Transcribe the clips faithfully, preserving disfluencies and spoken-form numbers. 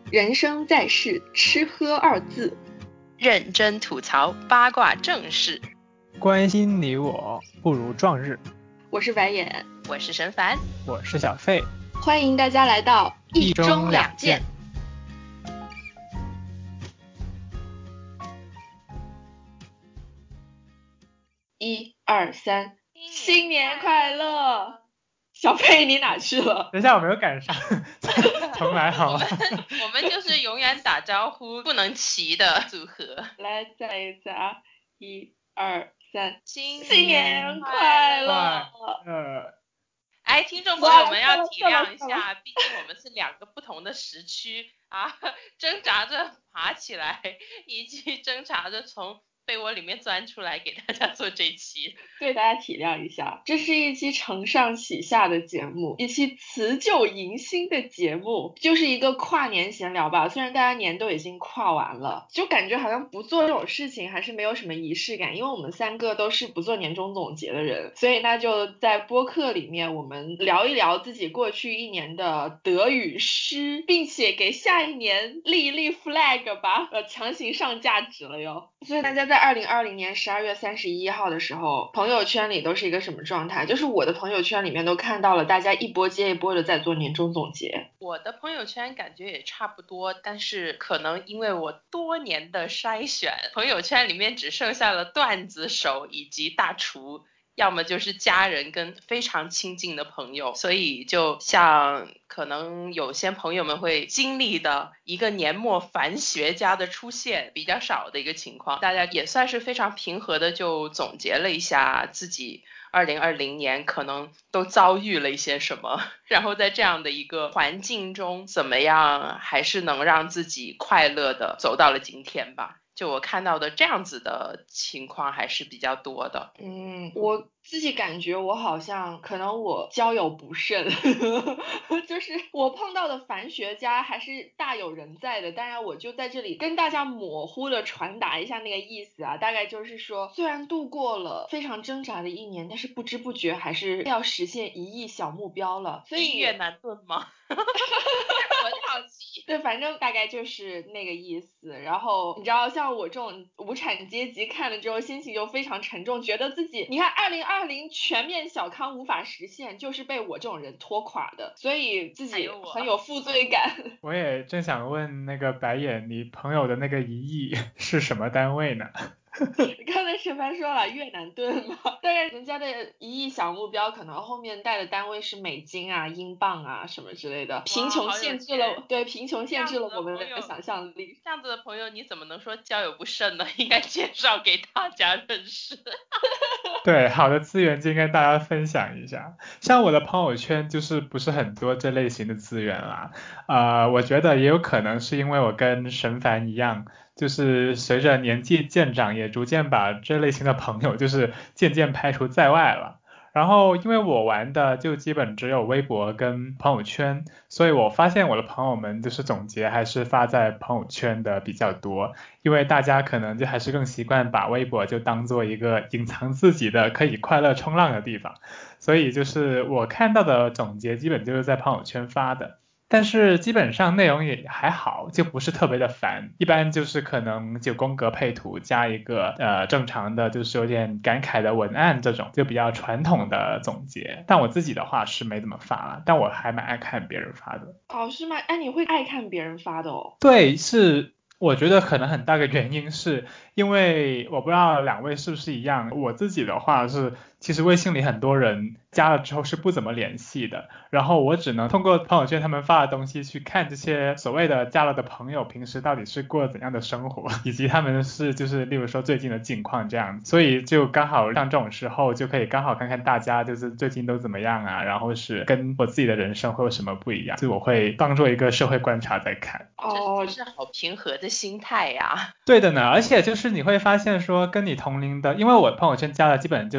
人生在世，吃喝二字， 认真吐槽八卦正事， 关心你我不如撞日。 我是白眼， 我是神凡， 我是小费， 欢迎大家来到一中两件。 一二三，新年快乐！小费你哪去了？ 等一下，我没有赶上，重来好吗？ 我们我们就是永远打招呼不能齐的组合。 来，再一次啊！一二三， 新新年快乐！ 呃， 哎，听众朋友们要体谅一下，毕竟我们是两个不同的时区啊，挣扎着爬起来，以及挣扎着从被窝里面钻出来给大家做这期， 对大家体谅一下，这是一期承上启下的节目，一期辞旧迎新的节目，就是一个跨年闲聊吧。虽然大家年都已经跨完了，就感觉好像不做这种事情还是没有什么仪式感，因为我们三个都是不做年终总结的人，所以那就在播客里面我们聊一聊自己过去一年的得与失，并且给下一年立一立 flag 吧，呃，强行上价值了哟。所以大家在二零二零年十二月三十一号的时候，朋友圈里都是一个什么状态？就是我的朋友圈里面都看到了大家一波接一波的在做年终总结。 我的朋友圈感觉也差不多，但是可能因为我多年的筛选，朋友圈里面只剩下了段子手以及大厨，要么就是家人跟非常亲近的朋友，所以就像可能有些朋友们会经历的一个年末烦学家的出现比较少的一个情况，大家也算是非常平和的就总结了一下自己二零二零年可能都遭遇了一些什么，然后在这样的一个环境中怎么样还是能让自己快乐的走到了今天吧。就我看到的这样子的情况还是比较多的。 嗯，我自己感觉我好像可能我交友不慎就是我碰到的烦学家还是大有人在的，当然我就在这里跟大家模糊的传达一下那个意思啊，大概就是说虽然度过了非常挣扎的一年，但是不知不觉还是要实现一亿小目标了，所以越南盾吗？我很好奇。 对，反正大概就是那个意思。然后你知道像我这种无产阶级看了之后心情就非常沉重，觉得自己你看二零二零全面小康无法实现，就是被我这种人拖垮的，所以自己很有负罪感。 我也正想问那个白眼，你朋友的那个一亿是什么单位呢？ 刚才沈凡说了越南盾嘛，当然人家的一亿小目标可能后面带的单位是美金啊、英镑啊什么之类的，贫穷限制了，对，贫穷限制了我们的想象力。 这样子的朋友你怎么能说交友不慎呢？应该介绍给大家认识。 对，好的资源就应该大家分享一下。像我的朋友圈就是不是很多这类型的资源啦，呃，我觉得也有可能是因为我跟神凡一样，就是随着年纪渐长，也逐渐把这类型的朋友就是渐渐排除在外了。然后因为我玩的就基本只有微博跟朋友圈，所以我发现我的朋友们就是总结还是发在朋友圈的比较多，因为大家可能就还是更习惯把微博就当做一个隐藏自己的可以快乐冲浪的地方，所以就是我看到的总结基本就是在朋友圈发的。但是基本上内容也还好，就不是特别的烦，一般就是可能九宫格配图加一个呃正常的就是有点感慨的文案，这种就比较传统的总结。但我自己的话是没怎么发了，但我还蛮爱看别人发的。 哦，是吗？哎，你会爱看别人发的哦？ 对，是。我觉得可能很大的原因是因为我不知道两位是不是一样，我自己的话是其实微信里很多人加了之后是不怎么联系的，然后我只能通过朋友圈他们发的东西去看这些所谓的加了的朋友平时到底是过怎样的生活，以及他们是就是例如说最近的近况这样，所以就刚好像这种时候就可以刚好看看大家就是最近都怎么样啊，然后是跟我自己的人生会有什么不一样，就我会当做一个社会观察在看。 哦， 这是好平和的心态呀。 对的呢，而且就是你会发现说跟你同龄的，因为我朋友圈加的基本就是除了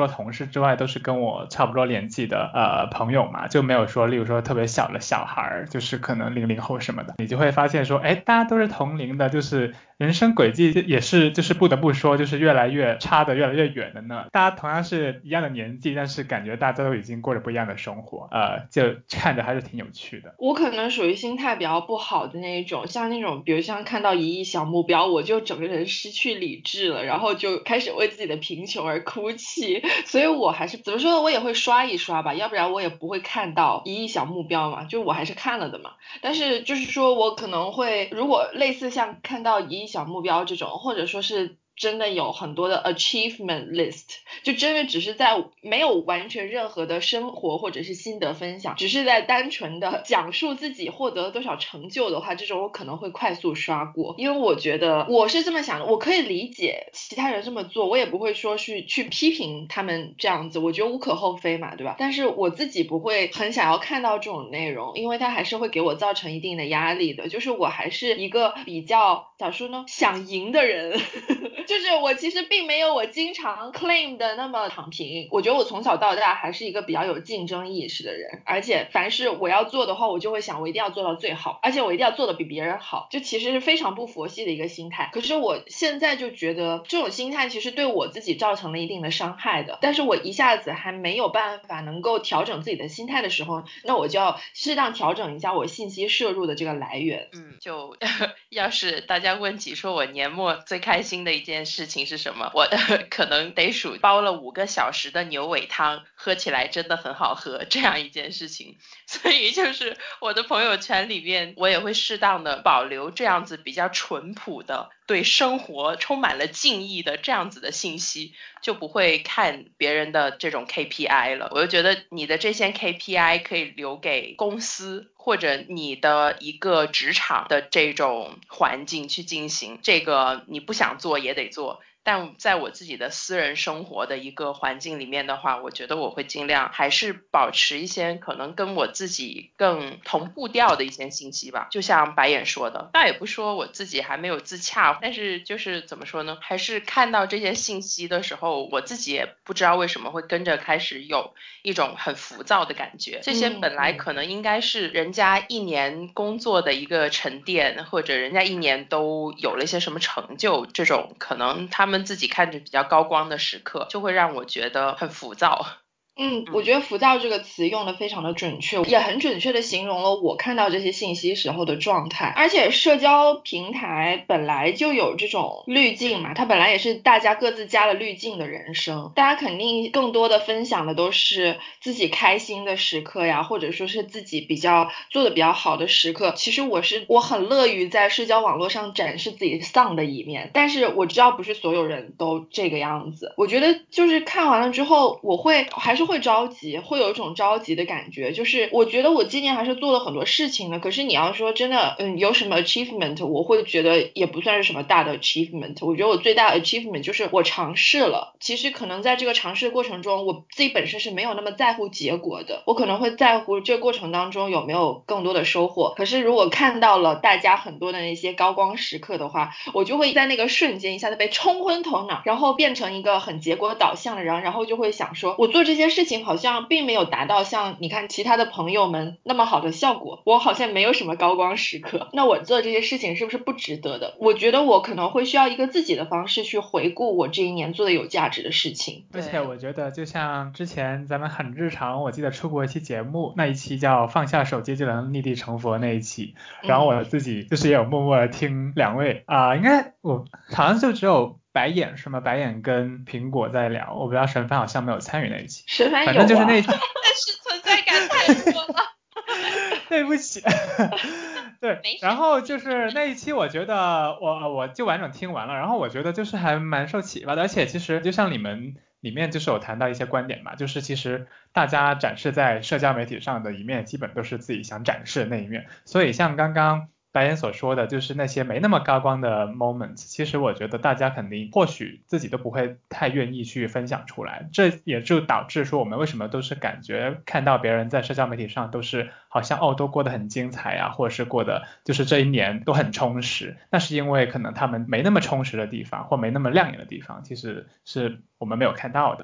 多同事之外都是跟我差不多年纪的呃朋友嘛，就没有说例如说特别小的小孩，就是可能零零后什么的，你就会发现说，哎，大家都是同龄的，就是人生轨迹也是就是不得不说就是越来越差的越来越远的呢。大家同样是一样的年纪，但是感觉大家都已经过着不一样的生活，呃，就看着还是挺有趣的。 我可能属于心态比较不好的那一种，像那种比如像看到一亿小目标，我就整个人失去理智了，然后就开始为自己的贫穷而哭泣。所以我还是怎么说呢，我也会刷一刷吧，要不然我也不会看到一亿小目标嘛，就我还是看了的嘛。但是就是说我可能会，如果类似像看到一亿小目标这种，或者说是真的有很多的 achievement list， 就真的只是在没有完全任何的生活或者是心得分享，只是在单纯的讲述自己获得了多少成就的话，这种我可能会快速刷过。因为我觉得我是这么想的，我可以理解其他人这么做，我也不会说去去批评他们这样子，我觉得无可厚非嘛，对吧？但是我自己不会很想要看到这种内容，因为它还是会给我造成一定的压力的，就是我还是一个比较咋说呢，想赢的人就是我其实并没有我经常 claim 的那么躺平，我觉得我从小到大还是一个比较有竞争意识的人，而且凡是我要做的话，我就会想我一定要做到最好，而且我一定要做的比别人好，就其实是非常不佛系的一个心态。可是我现在就觉得这种心态其实对我自己造成了一定的伤害的，但是我一下子还没有办法能够调整自己的心态的时候，那我就要适当调整一下我信息摄入的这个来源。 嗯，就要是大家问起说我年末最开心的一件事情是什么，我可能得数煲了五个小时的牛尾汤，喝起来真的很好喝这样一件事情。所以就是我的朋友圈里面，我也会适当的保留这样子比较淳朴的，对生活充满了敬意的这样子的信息，就不会看别人的这种 K P I 了。我就觉得你的这些 K P I 可以留给公司或者你的一个职场的这种环境去进行，这个你不想做也得做。但在我自己的私人生活的一个环境里面的话，我觉得我会尽量还是保持一些可能跟我自己更同步调的一些信息吧。就像白眼说的，倒也不说我自己还没有自洽，但是就是怎么说呢，还是看到这些信息的时候，我自己也不知道为什么会跟着开始有一种很浮躁的感觉。这些本来可能应该是人家一年工作的一个沉淀，或者人家一年都有了一些什么成就，这种可能他们自己看着比较高光的时刻，就会让我觉得很浮躁。 嗯，我觉得浮躁这个词用的非常的准确，也很准确的形容了我看到这些信息时候的状态。而且社交平台本来就有这种滤镜嘛，它本来也是大家各自加了滤镜的人生，大家肯定更多的分享的都是自己开心的时刻呀，或者说是自己比较做的比较好的时刻。其实我是我很乐于在社交网络上展示自己丧的一面，但是我知道不是所有人都这个样子。我觉得就是看完了之后，我会还是会着急，会有一种着急的感觉，就是我觉得我今年还是做了很多事情的，可是你要说真的，嗯，有什么 achievement， 我会觉得也不算是什么大的 achievement。我觉得我最大的 achievement 就是我尝试了。其实可能在这个尝试的过程中，我自己本身是没有那么在乎结果的，我可能会在乎这个过程当中有没有更多的收获。可是如果看到了大家很多的那些高光时刻的话，我就会在那个瞬间一下子被冲昏头脑，然后变成一个很结果导向的人，然后就会想说，我做这些事情好像并没有达到像你看其他的朋友们那么好的效果，我好像没有什么高光时刻，那我做这些事情是不是不值得的？我觉得我可能会需要一个自己的方式去回顾我这一年做的有价值的事情。 而且我觉得就像之前咱们很日常，我记得出过一期节目，那一期叫放下手机就能立地成佛那一期，然后我自己就是也有默默的听两位啊、呃，应该我好像就只有白眼什么白眼跟苹果在聊，我不知道沈帆好像没有参与那一期， 沈帆有、啊、 反正就是那一期但是存在感太多了对不起对，然后就是那一期我觉得我我就完整听完了，然后我觉得就是还蛮受启发的，而且其实就像你们里面就是有谈到一些观点嘛，就是其实大家展示在社交媒体上的一面基本都是自己想展示的那一面，所以像刚刚白岩所说的就是那些没那么高光的 moment， 其实我觉得大家肯定或许自己都不会太愿意去分享出来，这也就导致说我们为什么都是感觉看到别人在社交媒体上都是好像哦都过得很精彩啊，或者是过得就是这一年都很充实，那是因为可能他们没那么充实的地方或没那么亮眼的地方其实是我们没有看到的。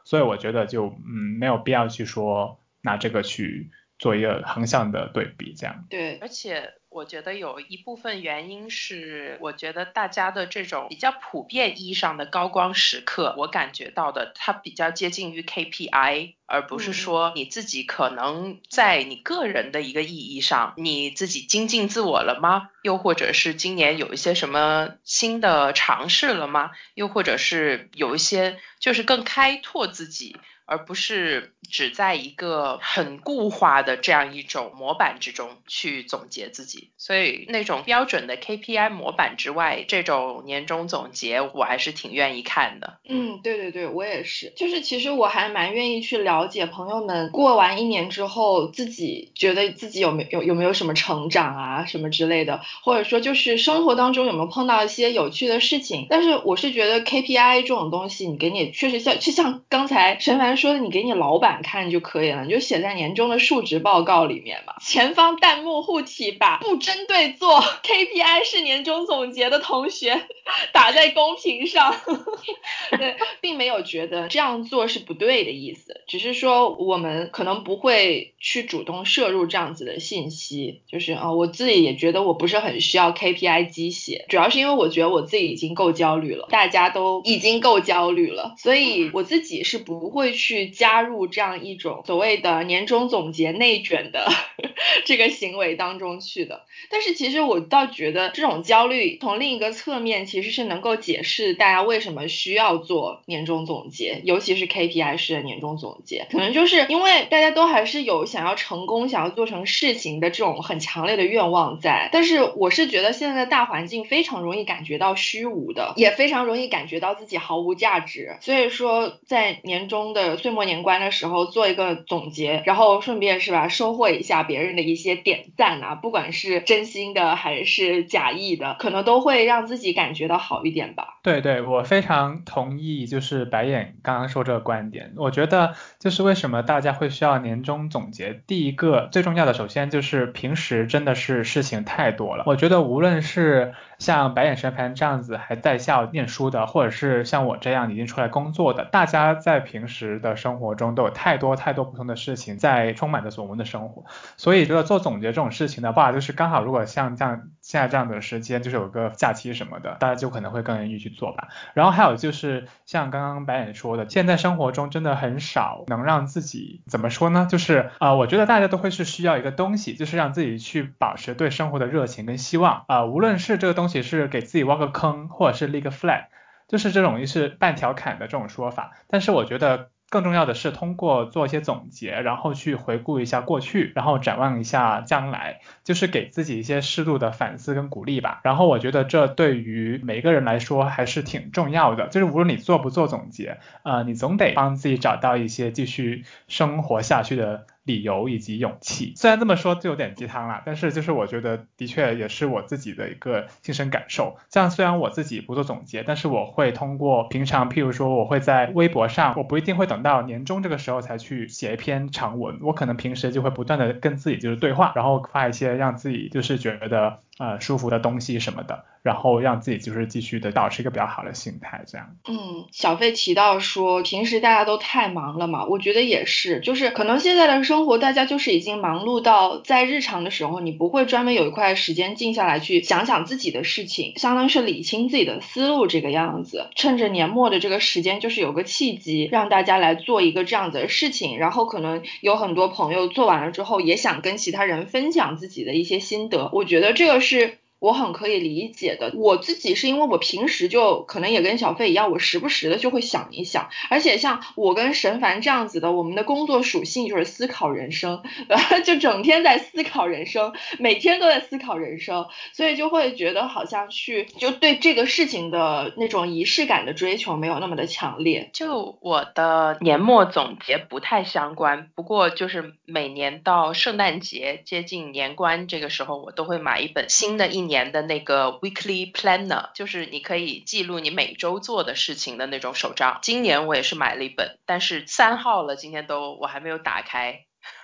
所以我觉得就嗯没有必要去说拿这个去做一个横向的对比这样。 对， 而且我觉得有一部分原因是，我觉得大家的这种比较普遍意义上的高光时刻，我感觉到的它比较接近于 K P I， 而不是说你自己可能在你个人的一个意义上，你自己精进自我了吗？又或者是今年有一些什么新的尝试了吗？又或者是有一些就是更开拓自己，而不是只在一个很固化的这样一种模板之中去总结自己。所以那种标准的 K P I 模板之外，这种年终总结我还是挺愿意看的。 嗯，对对对，我也是。就是其实我还蛮愿意去了解朋友们过完一年之后，自己觉得自己有没有有没有什么成长啊什么之类的，或者说就是生活当中有没有碰到一些有趣的事情。但是我是觉得 K P I 这种东西，你给你确实像就像刚才沈凡说的，你给你老板看就可以了，你就写在年终的述职报告里面嘛。前方弹幕护体把不针对做 K P I 是年终总结的同学打在公屏上。对，并没有觉得这样做是不对的意思，只是说我们可能不会去主动摄入这样子的信息，就是啊、呃，我自己也觉得我不是很需要 K P I 鸡血，主要是因为我觉得我自己已经够焦虑了，大家都已经够焦虑了，所以我自己是不会去加入这样一种所谓的年终总结内卷的这个行为当中去的。但是其实我倒觉得这种焦虑从另一个侧面其实是能够解释大家为什么需要做年终总结，尤其是 K P I 式的年终总结，可能就是因为大家都还是有想要成功想要做成事情的这种很强烈的愿望在。但是我是觉得现在的大环境非常容易感觉到虚无的，也非常容易感觉到自己毫无价值，所以说在年终的岁末年关的时候做一个总结，然后顺便是吧收获一下别人的一些点赞啊，不管是真心的还是假意的，可能都会让自己感觉到好一点吧。 对对，我非常同意，就是白眼刚刚说这个观点。我觉得就是为什么大家会需要年终总结，第一个最重要的，首先就是平时真的是事情太多了。我觉得无论是像白眼神凡这样子还在校念书的，或者是像我这样已经出来工作的，大家在平时的生活中都有太多太多不同的事情在充满着我们的生活，所以这个做总结这种事情的话，就是刚好如果像这样现在这样的时间，就是有个假期什么的，大家就可能会更愿意去做吧。然后还有就是像刚刚白眼说的，现在生活中真的很少能让自己怎么说呢，就是呃，我觉得大家都会是需要一个东西，就是让自己去保持对生活的热情跟希望啊、呃，无论是这个东西是给自己挖个坑，或者是立个 flag， 就是这种是半条坎的这种说法。但是我觉得更重要的是通过做一些总结，然后去回顾一下过去，然后展望一下将来，就是给自己一些适度的反思跟鼓励吧。然后我觉得这对于每个人来说还是挺重要的，就是无论你做不做总结，呃，你总得帮自己找到一些继续生活下去的理由以及勇气。虽然这么说就有点鸡汤啦，但是就是我觉得的确也是我自己的一个亲身感受。这样虽然我自己不做总结，但是我会通过平常譬如说我会在微博上，我不一定会等到年终这个时候才去写一篇长文，我可能平时就会不断的跟自己就是对话，然后发一些让自己就是觉得呃舒服的东西什么的，然后让自己就是继续的保持一个比较好的心态这样。 嗯，小费提到说平时大家都太忙了嘛，我觉得也是，就是可能现在的生活大家就是已经忙碌到在日常的时候你不会专门有一块时间静下来去想想自己的事情，相当于是理清自己的思路这个样子。趁着年末的这个时间就是有个契机让大家来做一个这样子的事情，然后可能有很多朋友做完了之后也想跟其他人分享自己的一些心得，我觉得这个是我很可以理解的。我自己是因为我平时就可能也跟小费一样，我时不时的就会想一想，而且像我跟神凡这样子的，我们的工作属性就是思考人生，就整天在思考人生，每天都在思考人生，所以就会觉得好像去就对这个事情的那种仪式感的追求没有那么的强烈。 就我的年末总结不太相关，不过就是每年到圣诞节接近年关这个时候，我都会买一本新的一年的那个 weekly planner， 就是你可以记录你每周做的事情的那种手账。今年我也是买了一本，但是三号了，今天都我还没有打开。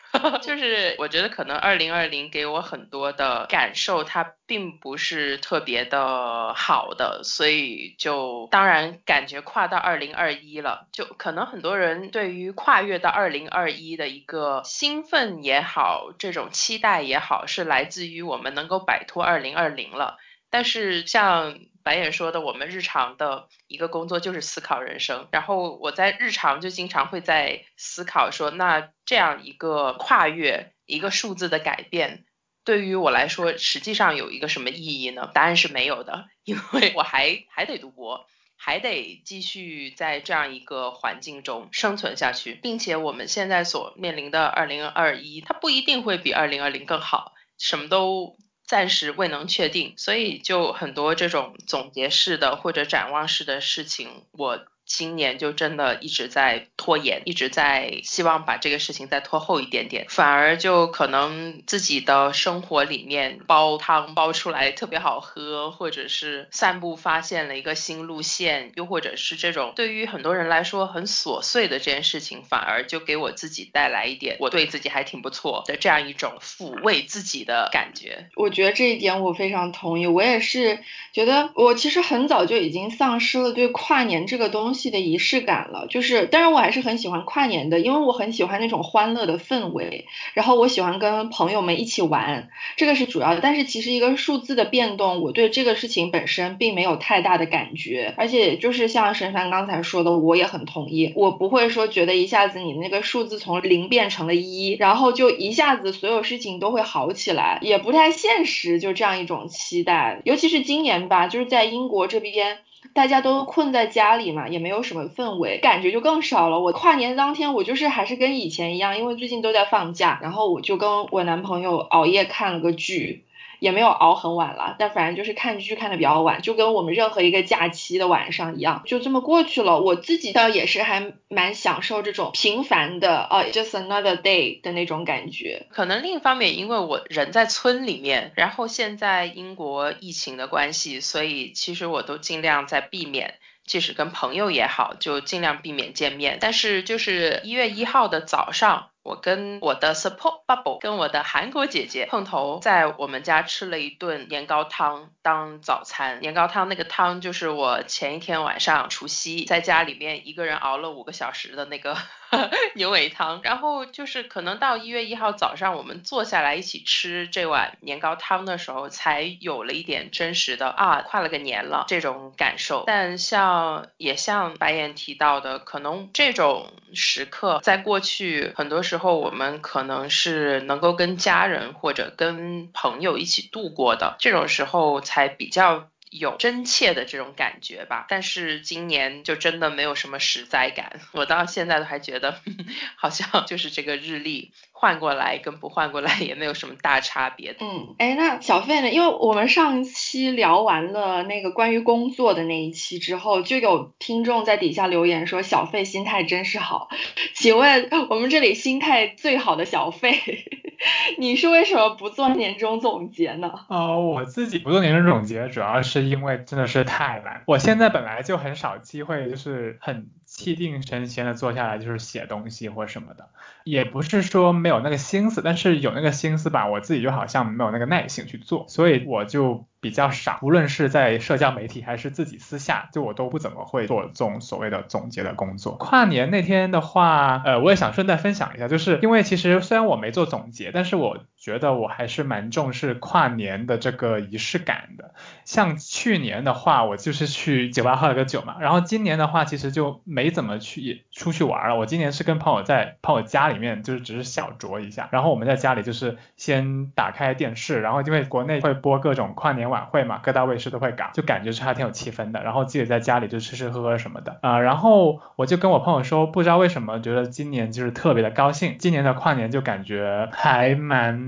就是我觉得可能二零二零给我很多的感受，它并不是特别的好的，所以就当然感觉跨到二零二一了，就可能很多人对于跨越到二零二一的一个兴奋也好，这种期待也好，是来自于我们能够摆脱二零二零了。但是像白眼说的，我们日常的一个工作就是思考人生，然后我在日常就经常会在思考说，那这样一个跨越，一个数字的改变，对于我来说实际上有一个什么意义呢？答案是没有的，因为我还还得读博，还得继续在这样一个环境中生存下去，并且我们现在所面临的二零二一，它不一定会比二零二零更好，什么都暂时未能确定，所以就很多这种总结式的或者展望式的事情，我今年就真的一直在拖延，一直在希望把这个事情再拖后一点点，反而就可能自己的生活里面煲汤煲出来特别好喝，或者是散步发现了一个新路线，又或者是这种对于很多人来说很琐碎的这件事情，反而就给我自己带来一点我对自己还挺不错的这样一种抚慰自己的感觉。 我觉得这一点我非常同意，我也是觉得我其实很早就已经丧失了对跨年这个东西的仪式感了，就是当然我还是很喜欢跨年的，因为我很喜欢那种欢乐的氛围，然后我喜欢跟朋友们一起玩，这个是主要的，但是其实一个数字的变动，我对这个事情本身并没有太大的感觉，而且就是像沈凡刚才说的，我也很同意，我不会说觉得一下子你那个数字从零变成了一，然后就一下子所有事情都会好起来，也不太现实，就这样一种期待。尤其是今年吧，就是在英国这边大家都困在家里嘛，也没有什么氛围，感觉就更少了。我跨年当天我就是还是跟以前一样，因为最近都在放假，然后我就跟我男朋友熬夜看了个剧，也没有熬很晚了，但反正就是看剧看的比较晚，就跟我们任何一个假期的晚上一样，就这么过去了。我自己倒也是还蛮享受这种平凡的呃 just another day 的那种感觉。 可能另一方面，因为我人在村里面，然后现在英国疫情的关系，所以其实我都尽量在避免，即使跟朋友也好，就尽量避免见面。但是就是一月一号的早上，我跟我的 support bubble 跟我的韩国姐姐碰头，在我们家吃了一顿年糕汤当早餐。年糕汤那个汤就是我前一天晚上除夕在家里面一个人熬了五个小时的那个牛尾汤，然后就是可能到一月一号早上我们坐下来一起吃这碗年糕汤的时候，才有了一点真实的啊跨了个年了这种感受。但像也像白眼提到的，可能这种时刻在过去很多时候我们可能是能够跟家人或者跟朋友一起度过的，这种时候才比较有真切的这种感觉吧。但是今年就真的没有什么实在感，我到现在都还觉得呵呵好像就是这个日历换过来跟不换过来也没有什么大差别。 嗯，哎，那小费呢？因为我们上一期聊完了那个关于工作的那一期之后，就有听众在底下留言说小费心态真是好。请问我们这里心态最好的小费，你是为什么不做年终总结呢？ 哦，我自己不做年终总结，主要是因为真的是太懒。我现在本来就很少机会，就是很气定神闲的坐下来就是写东西或什么的，也不是说没有那个心思，但是有那个心思吧，我自己就好像没有那个耐性去做，所以我就比较少，无论是在社交媒体还是自己私下，就我都不怎么会做这种所谓的总结的工作。跨年那天的话，呃，我也想顺带分享一下，就是因为其实虽然我没做总结，但是我觉得我还是蛮重视跨年的这个仪式感的。像去年的话，我就是去酒吧喝了个酒嘛，然后今年的话，其实就没怎么去出去玩了。我今年是跟朋友在朋友家里面，就是只是小酌一下，然后我们在家里就是先打开电视，然后因为国内会播各种跨年晚会嘛，各大卫视都会搞，就感觉是还挺有气氛的。然后自己在家里就吃吃喝喝什么的啊、呃，然后我就跟我朋友说，不知道为什么觉得今年就是特别的高兴，今年的跨年就感觉还蛮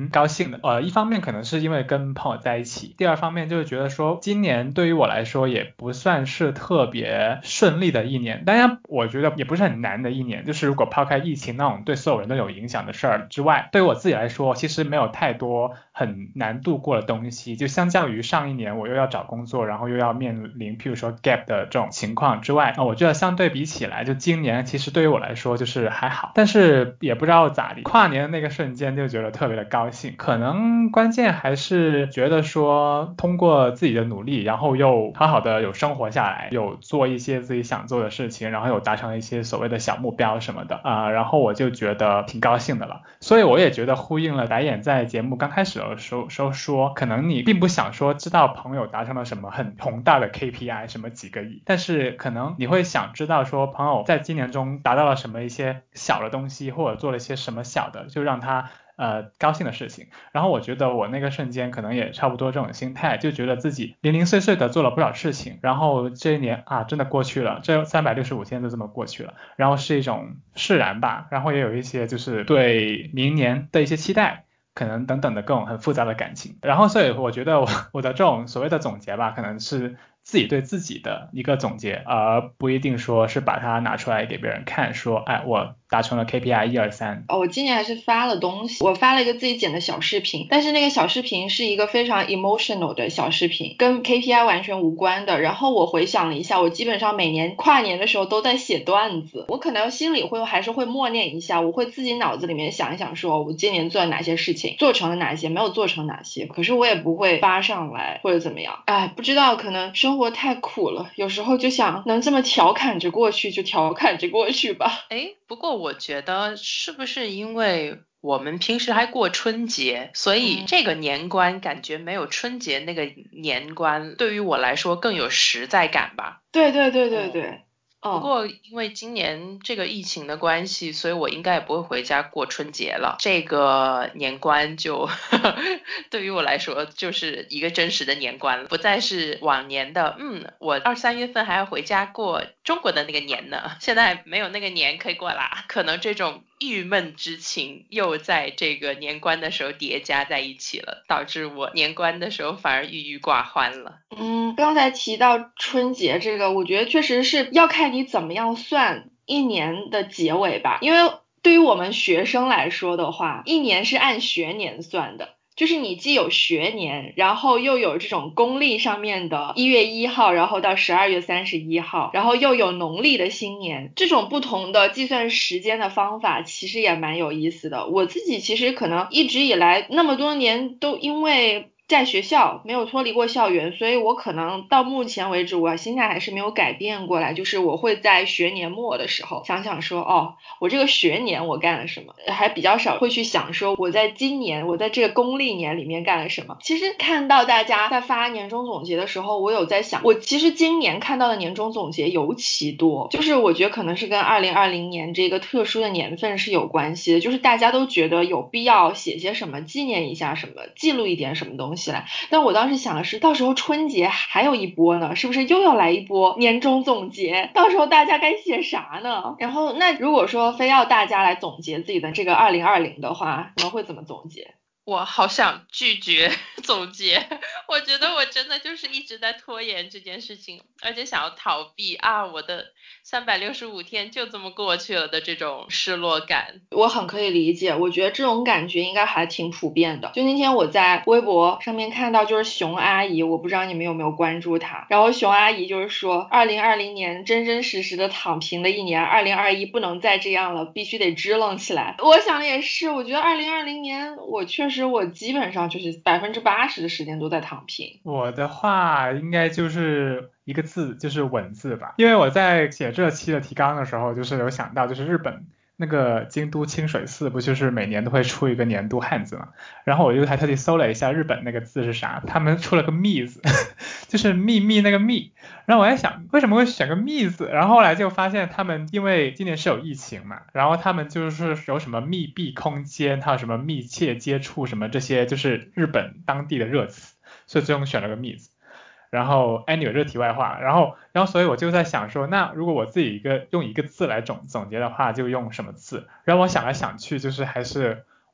蛮高兴的。呃，一方面可能是因为跟朋友在一起，第二方面就是觉得说今年对于我来说也不算是特别顺利的一年，当然我觉得也不是很难的一年，就是如果抛开疫情那种对所有人都有影响的事儿之外，对于我自己来说其实没有太多很难度过的东西，就相较于上一年我又要找工作，然后又要面临譬如说 gap 的这种情况之外，呃、我觉得相对比起来，就今年其实对于我来说就是还好，但是也不知道咋地，跨年的那个瞬间就觉得特别的高兴，可能关键还是觉得说通过自己的努力，然后又好好的有生活下来，有做一些自己想做的事情，然后有达成一些所谓的小目标什么的啊、呃，然后我就觉得挺高兴的了。所以我也觉得呼应了白眼在节目刚开始的时候说说，可能你并不想说知道朋友达成了什么很宏大的 K P I 什么几个亿，但是可能你会想知道说朋友在今年中达到了什么一些小的东西，或者做了一些什么小的就让他呃高兴的事情。然后我觉得我那个瞬间可能也差不多这种心态，就觉得自己零零碎碎的做了不少事情，然后这一年啊真的过去了，这三百六十五天就这么过去了，然后是一种释然吧，然后也有一些就是对明年的一些期待，可能等等的各种很复杂的感情。然后所以我觉得我我的这种所谓的总结吧，可能是自己对自己的一个总结，而不一定说是把它拿出来给别人看说，哎，我达成了 K P I 一二三。 哦，我今年还是发了东西，我发了一个自己剪的小视频，但是那个小视频是一个非常 emotional 的小视频，跟 K P I 完全无关的。然后我回想了一下，我基本上每年跨年的时候都在写段子，我可能心里会还是会默念一下，我会自己脑子里面想一想说我今年做了哪些事情，做成了哪些，没有做成哪些，可是我也不会发上来或者怎么样。哎，不知道，可能生活太苦了，有时候就想能这么调侃着过去就调侃着过去吧。 诶，不过我觉得是不是因为我们平时还过春节，所以这个年关感觉没有春节那个年关对于我来说更有实在感吧。 对对对对对。 不过因为今年这个疫情的关系，所以我应该也不会回家过春节了。这个年关就对于我来说就是一个真实的年关了，不再是往年的嗯，我二三月份还要回家过中国的那个年呢，现在没有那个年可以过啦。可能这种郁闷之情又在这个年关的时候叠加在一起了，导致我年关的时候反而郁郁寡欢了。 嗯，刚才提到春节这个，我觉得确实是要看你怎么样算一年的结尾吧。因为对于我们学生来说的话，一年是按学年算的，就是你既有学年，然后又有这种公历上面的一月一号，然后到十二月三十一号，然后又有农历的新年，这种不同的计算时间的方法其实也蛮有意思的。我自己其实可能一直以来那么多年都因为在学校没有脱离过校园，所以我可能到目前为止我心态还是没有改变过来，就是我会在学年末的时候想想说，哦，我这个学年我干了什么，还比较少会去想说我在今年我在这个公历年里面干了什么。其实看到大家在发年终总结的时候，我有在想，我其实今年看到的年终总结尤其多，就是我觉得可能是跟二零二零年这个特殊的年份是有关系的，就是大家都觉得有必要写些什么，纪念一下什么，记录一点什么东西来。但我当时想的是，到时候春节还有一波呢，是不是又要来一波年终总结？到时候大家该写啥呢？然后那如果说非要大家来总结自己的这个二零二零的话，你们会怎么总结？ 我好想拒绝总结，我觉得我真的就是一直在拖延这件事情，而且想要逃避啊，我的三百六十五天就这么过去了的这种失落感。 我很可以理解，我觉得这种感觉应该还挺普遍的。就那天我在微博上面看到，就是熊阿姨，我不知道你们有没有关注她，然后熊阿姨就是说，二零二零年真真实实的躺平的一年，二零二一不能再这样了，必须得支棱起来。我想的也是，我觉得二零二零年我确实我基本上就是百分之八十的时间都在躺平。 我的话应该就是一个字，就是稳字吧。因为我在写这期的提纲的时候，就是有想到，就是日本那个京都清水寺不就是每年都会出一个年度汉字嘛？然后我就还特地搜了一下日本那个字是啥，他们出了个密字，就是秘密那个密。然后我在想为什么会选个密字，然后后来就发现他们因为今年是有疫情嘛，然后他们就是有什么密闭空间，还有什么密切接触什么这些，就是日本当地的热词。所以最终选了个 meet， 然后 anyway 这是题外话，然后然后所以我就在想说，那如果我自己一个用一个字来总总结的话，就用什么字？然后我想来想去，就是还是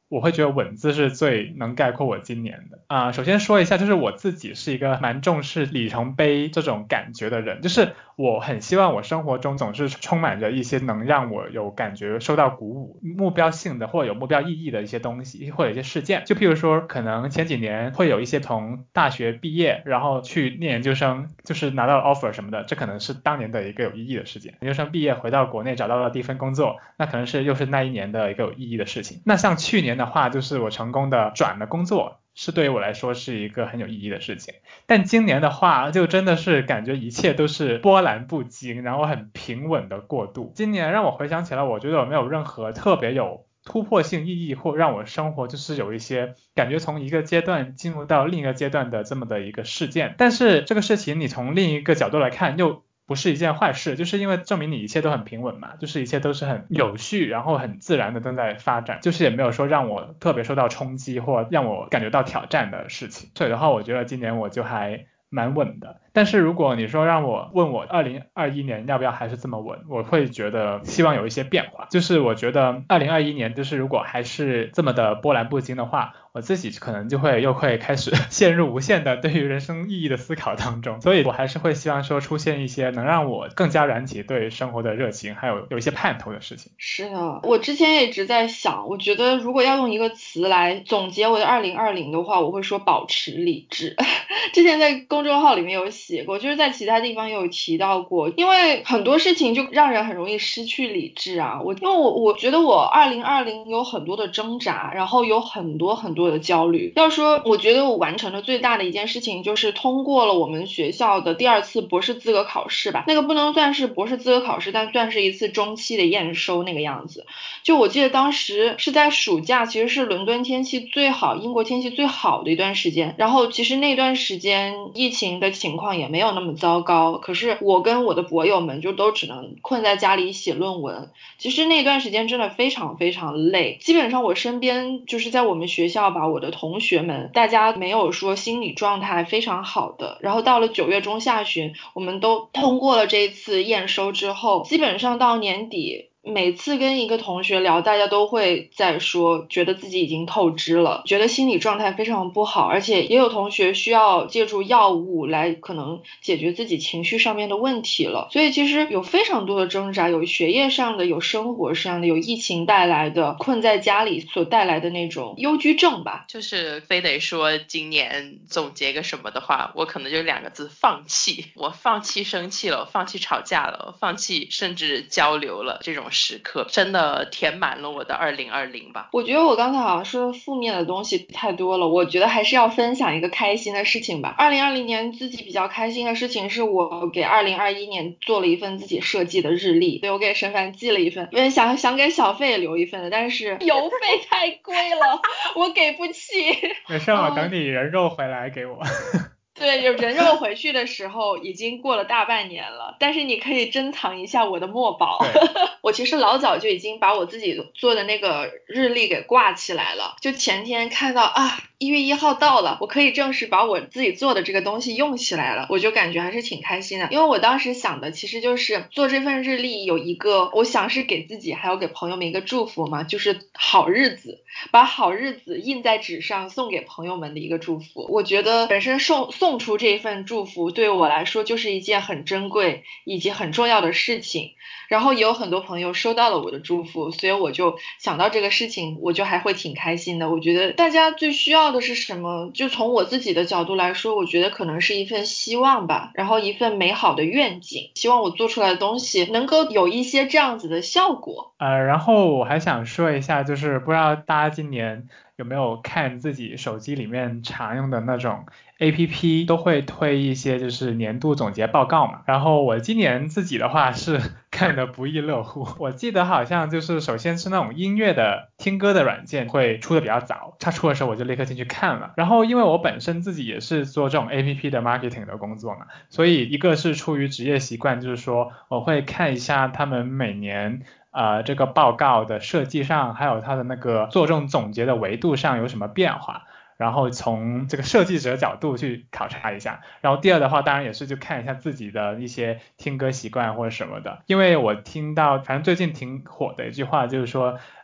我会觉得稳字是最能概括我今年的啊、呃。首先说一下，就是我自己是一个蛮重视里程碑这种感觉的人，就是我很希望我生活中总是充满着一些能让我有感觉受到鼓舞、目标性的或者有目标意义的一些东西或者一些事件。就譬如说，可能前几年会有一些从大学毕业然后去念研究生，就是拿到 offer 什么的，这可能是当年的一个有意义的事件。研究生毕业回到国内找到了第一份工作，那可能是又是那一年的一个有意义的事情。那像去年的话，就是我成功的转了工作，是对于我来说是一个很有意义的事情。但今年的话，就真的是感觉一切都是波澜不惊，然后很平稳的过渡。今年让我回想起来，我觉得我没有任何特别有突破性意义或让我生活就是有一些感觉从一个阶段进入到另一个阶段的这么的一个事件。但是这个事情你从另一个角度来看又不是一件坏事，就是因为证明你一切都很平稳嘛，就是一切都是很有序然后很自然的正在发展，就是也没有说让我特别受到冲击或让我感觉到挑战的事情。所以的话我觉得今年我就还蛮稳的。但是如果你说让我问我二零二一年要不要还是这么稳，我会觉得希望有一些变化。就是我觉得二零二一年就是如果还是这么的波澜不惊的话，我自己可能就会又会开始陷入无限的对于人生意义的思考当中。所以我还是会希望说出现一些能让我更加燃起对生活的热情还有有一些盼头的事情。 是的，我之前也一直在想，我觉得如果要用一个词来总结我的二零二零的话，我会说保持理智。之前在公众号里面有写过，就是在其他地方也有提到过，因为很多事情就让人很容易失去理智啊。我因为我我觉得我二零二零有很多的挣扎，然后有很多很多的焦虑。要说我觉得我完成的最大的一件事情就是通过了我们学校的第二次博士资格考试吧，那个不能算是博士资格考试，但算是一次中期的验收那个样子。就我记得当时是在暑假，其实是伦敦天气最好、英国天气最好的一段时间，然后其实那段时间疫情的情况也没有那么糟糕，可是我跟我的博友们就都只能困在家里写论文。其实那段时间真的非常非常累，基本上我身边就是在我们学校吧，我的同学们大家没有说心理状态非常好的。然后到了九月中下旬，我们都通过了这一次验收之后，基本上到年底每次跟一个同学聊，大家都会在说觉得自己已经透支了，觉得心理状态非常不好，而且也有同学需要借助药物来可能解决自己情绪上面的问题了。所以其实有非常多的挣扎，有学业上的，有生活上的，有疫情带来的困在家里所带来的那种忧郁症吧。 就是非得说今年总结个什么的话，我可能就两个字：放弃。我放弃生气了，我放弃吵架了，我放弃甚至交流了，这种时刻真的填满了我的二零二零吧。 我觉得我刚才好像说负面的东西太多了，我觉得还是要分享一个开心的事情吧。二零二零年自己比较开心的事情是我给二零二一年做了一份自己设计的日历，对，我给沈凡寄了一份，因为想想给小费也留一份的，但是邮费太贵了，我给不起。 没事，我等你人肉回来给我。 对，有人肉回去的时候已经过了大半年了，但是你可以珍藏一下我的墨宝。我其实老早就已经把我自己做的那个日历给挂起来了，就前天看到啊一月一号到了，我可以正式把我自己做的这个东西用起来了，我就感觉还是挺开心的。因为我当时想的其实就是做这份日历有一个，我想是给自己还有给朋友们一个祝福嘛，就是好日子，把好日子印在纸上送给朋友们的一个祝福。我觉得本身送送出这份祝福对我来说就是一件很珍贵以及很重要的事情，然后也有很多朋友收到了我的祝福，所以我就想到这个事情，我就还会挺开心的。我觉得大家最需要的是什么？就从我自己的角度来说，我觉得可能是一份希望吧，然后一份美好的愿景，希望我做出来的东西能够有一些这样子的效果。 呃，然后我还想说一下，就是不知道大家今年有没有看自己手机里面常用的那种 A P P 都会推一些就是年度总结报告嘛。然后我今年自己的话是看得不亦乐乎。我记得好像就是首先是那种音乐的听歌的软件会出的比较早，它出的时候我就立刻进去看了。然后因为我本身自己也是做这种 A P P 的 marketing 的工作嘛，所以一个是出于职业习惯，就是说我会看一下他们每年呃，这个报告的设计上，还有它的那个做这种总结的维度上有什么变化，然后从这个设计者角度去考察一下。然后第二的话，当然也是就看一下自己的一些听歌习惯或者什么的。因为我听到，反正最近挺火的一句话，就是说，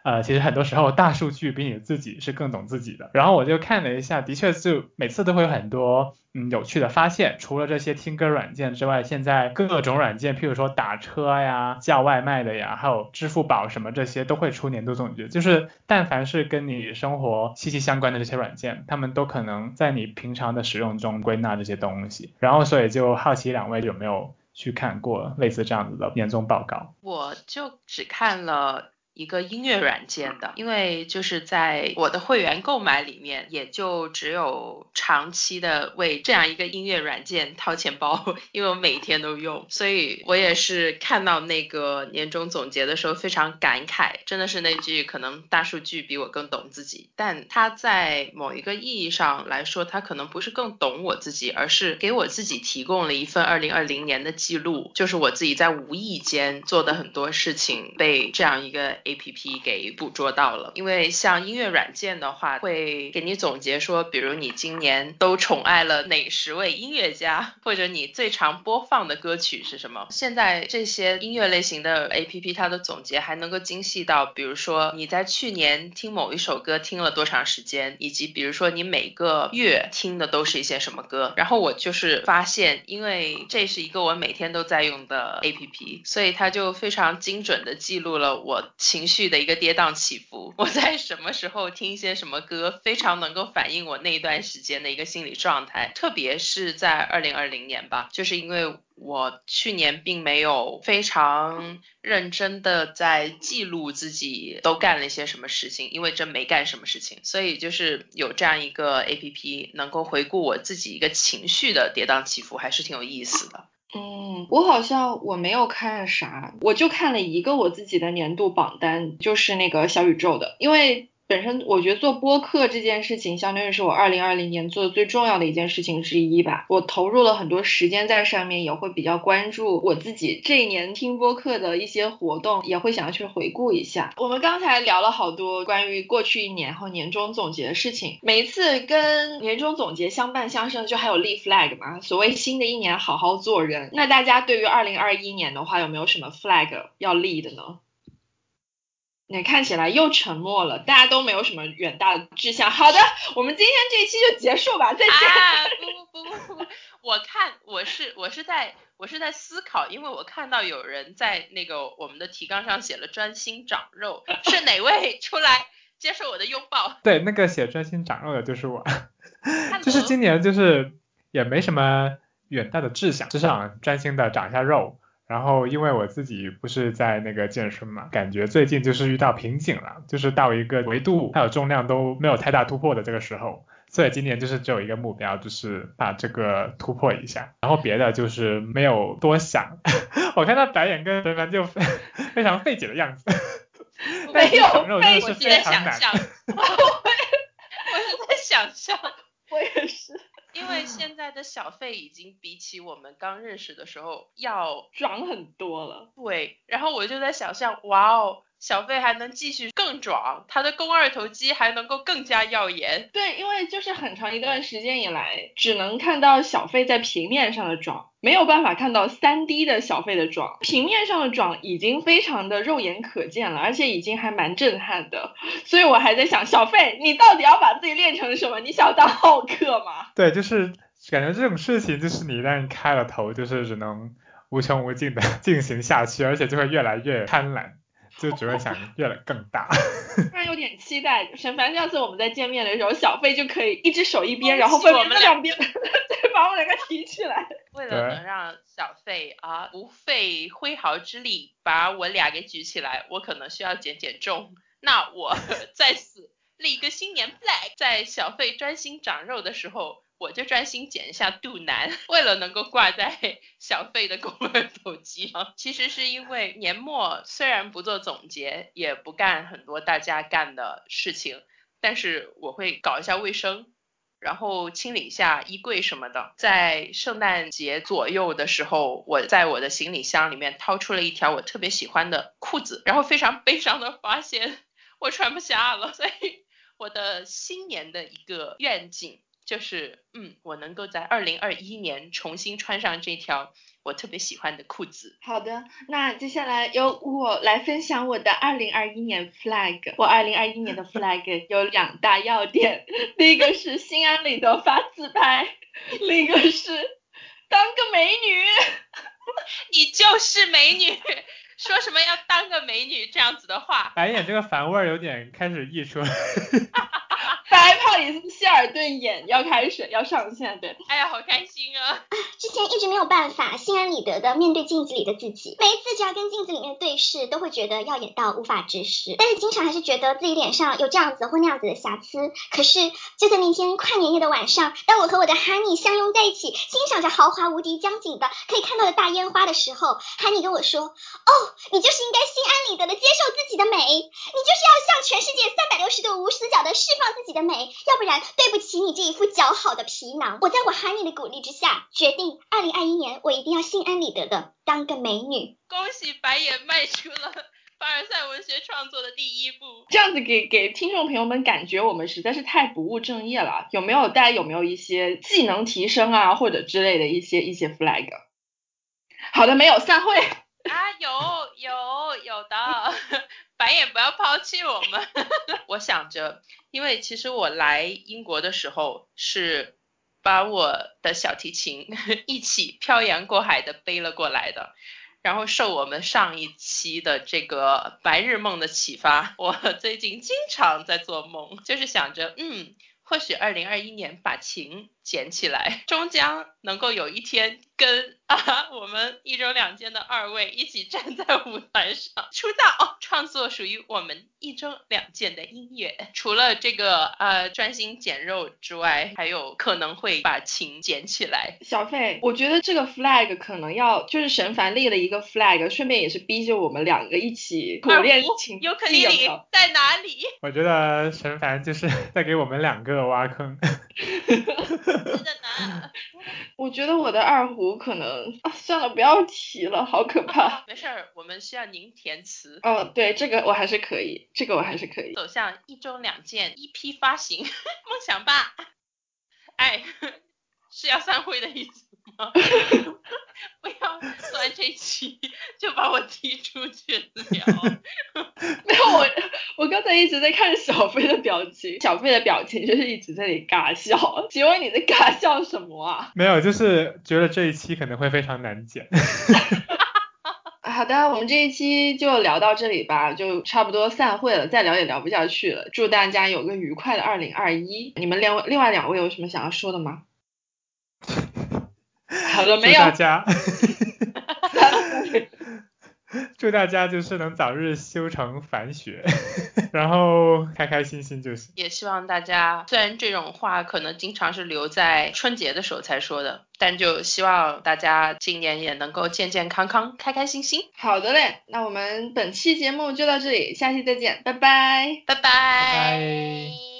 呃，其实很多时候大数据比你自己是更懂自己的。然后我就看了一下，的确就每次都会有很多嗯有趣的发现。除了这些听歌软件之外，现在各种软件，譬如说打车呀、叫外卖的呀，还有支付宝什么这些都会出年度总结。就是但凡是跟你生活息息相关的这些软件，他们都可能在你平常的使用中归纳这些东西。然后所以就好奇两位有没有去看过类似这样子的年终报告？ 我就只看了一个音乐软件的，因为就是在我的会员购买里面，也就只有长期的为这样一个音乐软件掏钱包，因为我每天都用，所以我也是看到那个年终总结的时候非常感慨，真的是那句可能大数据比我更懂自己，但它在某一个意义上来说，它可能不是更懂我自己，而是给我自己提供了一份二零二零年的记录，就是我自己在无意间做的很多事情被这样一个 A P P 给捕捉到了。因为像音乐软件的话，会给你总结说，比如你今年都宠爱了哪十位音乐家，或者你最常播放的歌曲是什么。现在这些音乐类型的 A P P 它的总结还能够精细到，比如说你在去年听某一首歌听了多长时间，以及比如说你每个月听的都是一些什么歌。然后我就是发现，因为这是一个我每天都在用的 A P P， 所以它就非常精准的记录了我情绪的一个跌宕起伏，我在什么时候听一些什么歌，非常能够反映我那一段时间的一个心理状态。特别是在二零二零年吧，就是因为我去年并没有非常认真的在记录自己都干了一些什么事情，因为真没干什么事情，所以就是有这样一个 A P P 能够回顾我自己一个情绪的跌宕起伏，还是挺有意思的。 嗯，我好像我没有看啥，我就看了一个我自己的年度榜单，就是那个小宇宙的，因为本身我觉得做播客这件事情，相当于是我二零二零年做的最重要的一件事情之一吧。我投入了很多时间在上面，也会比较关注我自己这一年听播客的一些活动，也会想要去回顾一下。我们刚才聊了好多关于过去一年和年终总结的事情，每一次跟年终总结相伴相生，就还有立 flag 嘛，所谓新的一年好好做人。那大家对于二零二一年的话，有没有什么 flag 要立的呢？你看起来又沉默了，大家都没有什么远大的志向。好的，我们今天这一期就结束吧，再见。 啊，不不不不不，我看我是我是在我是在思考，因为我看到有人在那个我们的提纲上写了专心长肉，是哪位出来接受我的拥抱？ 对，那个写专心长肉的就是我，就是今 Hello 年就是也没什么远大的志向，只想专心的长一下肉。然后因为我自己不是在那个健身嘛，感觉最近就是遇到瓶颈了，就是到一个维度还有重量都没有太大突破的这个时候，所以今年就是只有一个目标，就是把这个突破一下，然后别的就是没有多想。我看到白眼跟陈凡就非常费解的样子。 没有长肉真的是我是在非常难。 想象，我我是在想象， 我也是， 因为现在的小费已经比起我们刚认识的时候要壮很多了。 对，然后我就在想象，哇哦，小费还能继续更壮，他的肱二头肌还能够更加耀眼。 对，因为就是很长一段时间以来，只能看到小费在平面上的壮，没有办法看到 三 D 的小费的壮。平面上的壮已经非常的肉眼可见了，而且已经还蛮震撼的。所以我还在想，小费你到底要把自己练成什么？你想当浩克吗？ 对，就是感觉这种事情，就是你一旦开了头，就是只能无穷无尽的进行下去，而且就会越来越贪婪，就只会想越来更大。 突然有点期待，沈凡下次我们再见面的时候，小费就可以一只手一边， 恭然后分喜我们俩别在两边，再把我们两个提起来。 为了能让小费啊不费挥毫之力把我俩给举起来，我可能需要减减重。那我在此立一个新年 flag， 在小费专心长肉的时候，我就专心减一下肚腩，为了能够挂在小费的肱二头肌上。其实是因为年末虽然不做总结，也不干很多大家干的事情，但是我会搞一下卫生，然后清理一下衣柜什么的。在圣诞节左右的时候，我在我的行李箱里面掏出了一条我特别喜欢的裤子，然后非常悲伤的发现我穿不下了。所以我的新年的一个愿景就是嗯，我能够在二零二一年重新穿上这条我特别喜欢的裤子。 好的，那接下来由我来分享我的二零二一年 flag。我二零二一年的 flag 有两大要点，第一个是心安理得发自拍，另一个是当个美女。 你就是美女，说什么要当个美女这样子的话， 白眼这个烦味儿有点开始溢出来。 白胖里斯希尔顿眼要开始要上线，对。 哎呀，好开心啊！ 之前一直没有办法心安理得的面对镜子里的自己，每一次只要跟镜子里面对视，都会觉得要演到无法直视，但是经常还是觉得自己脸上有这样子或那样子的瑕疵。可是就在那天跨年夜的晚上，当我和我的 Honey 相拥在一起，欣赏着豪华无敌江景的可以看到的大烟花的时候， Honey 跟我说，哦，你就是应该心安理得的接受自己的美，你就是要向全世界三百六十度无死角的释放自己的美，要不然对不起你这一副姣好的皮囊。我在我 Honey 的鼓励之下，决定二零二一年我一定要心安理得的当个美女。 恭喜白眼迈出了凡尔赛文学创作的第一步。 这样子给给听众朋友们感觉我们实在是太不务正业了。有没有大家有没有一些技能提升啊或者之类的一些一些 flag？ 好的，没有，散会。 啊，有有有的，白眼不要抛弃我们。我想着，因为其实我来英国的时候是把我的小提琴一起漂洋过海的背了过来的，然后受我们上一期的这个白日梦的启发，我最近经常在做梦，就是想着嗯或许二零二一年把琴捡起来，终将能够有一天跟啊我们一周两见的二位一起站在舞台上出道，创作属于我们一周两见的音乐。除了这个呃专心捡肉之外，还有可能会把琴捡起来。 小费，我觉得这个 flag 可能要就是神凡立了一个 flag， 顺便也是逼着我们两个一起苦练琴技。 尤克里里在哪里？ 我觉得神凡就是在给我们两个挖坑。 我觉得我的二胡可能、啊、算了，不要提了，好可怕。 啊、没事儿，我们需要您填词。 哦，对，这个我还是可以，这个我还是可以。 走向一周两件 E P 发行，梦想吧。哎，是要散会的意思吗？不要做完这期就把我踢出去聊。 没有，我我刚才一直在看小飞的表情，小飞的表情就是一直在那里尬笑。请问你在尬笑什么啊？ 没有，就是觉得这一期可能会非常难剪。 好的，我们这一期就聊到这里吧，就差不多散会了，再聊也聊不下去了。祝大家有个愉快的二零二一。你们两位另外两位有什么想要说的吗？好了，没有。 祝大家祝大家就是能早日修成繁学，然后开开心心就行。 也希望大家，虽然这种话可能经常是留在春节的时候才说的，但就希望大家今年也能够健健康康、开开心心。 好的嘞，那我们本期节目就到这里，下期再见，拜拜， 拜拜。 拜拜。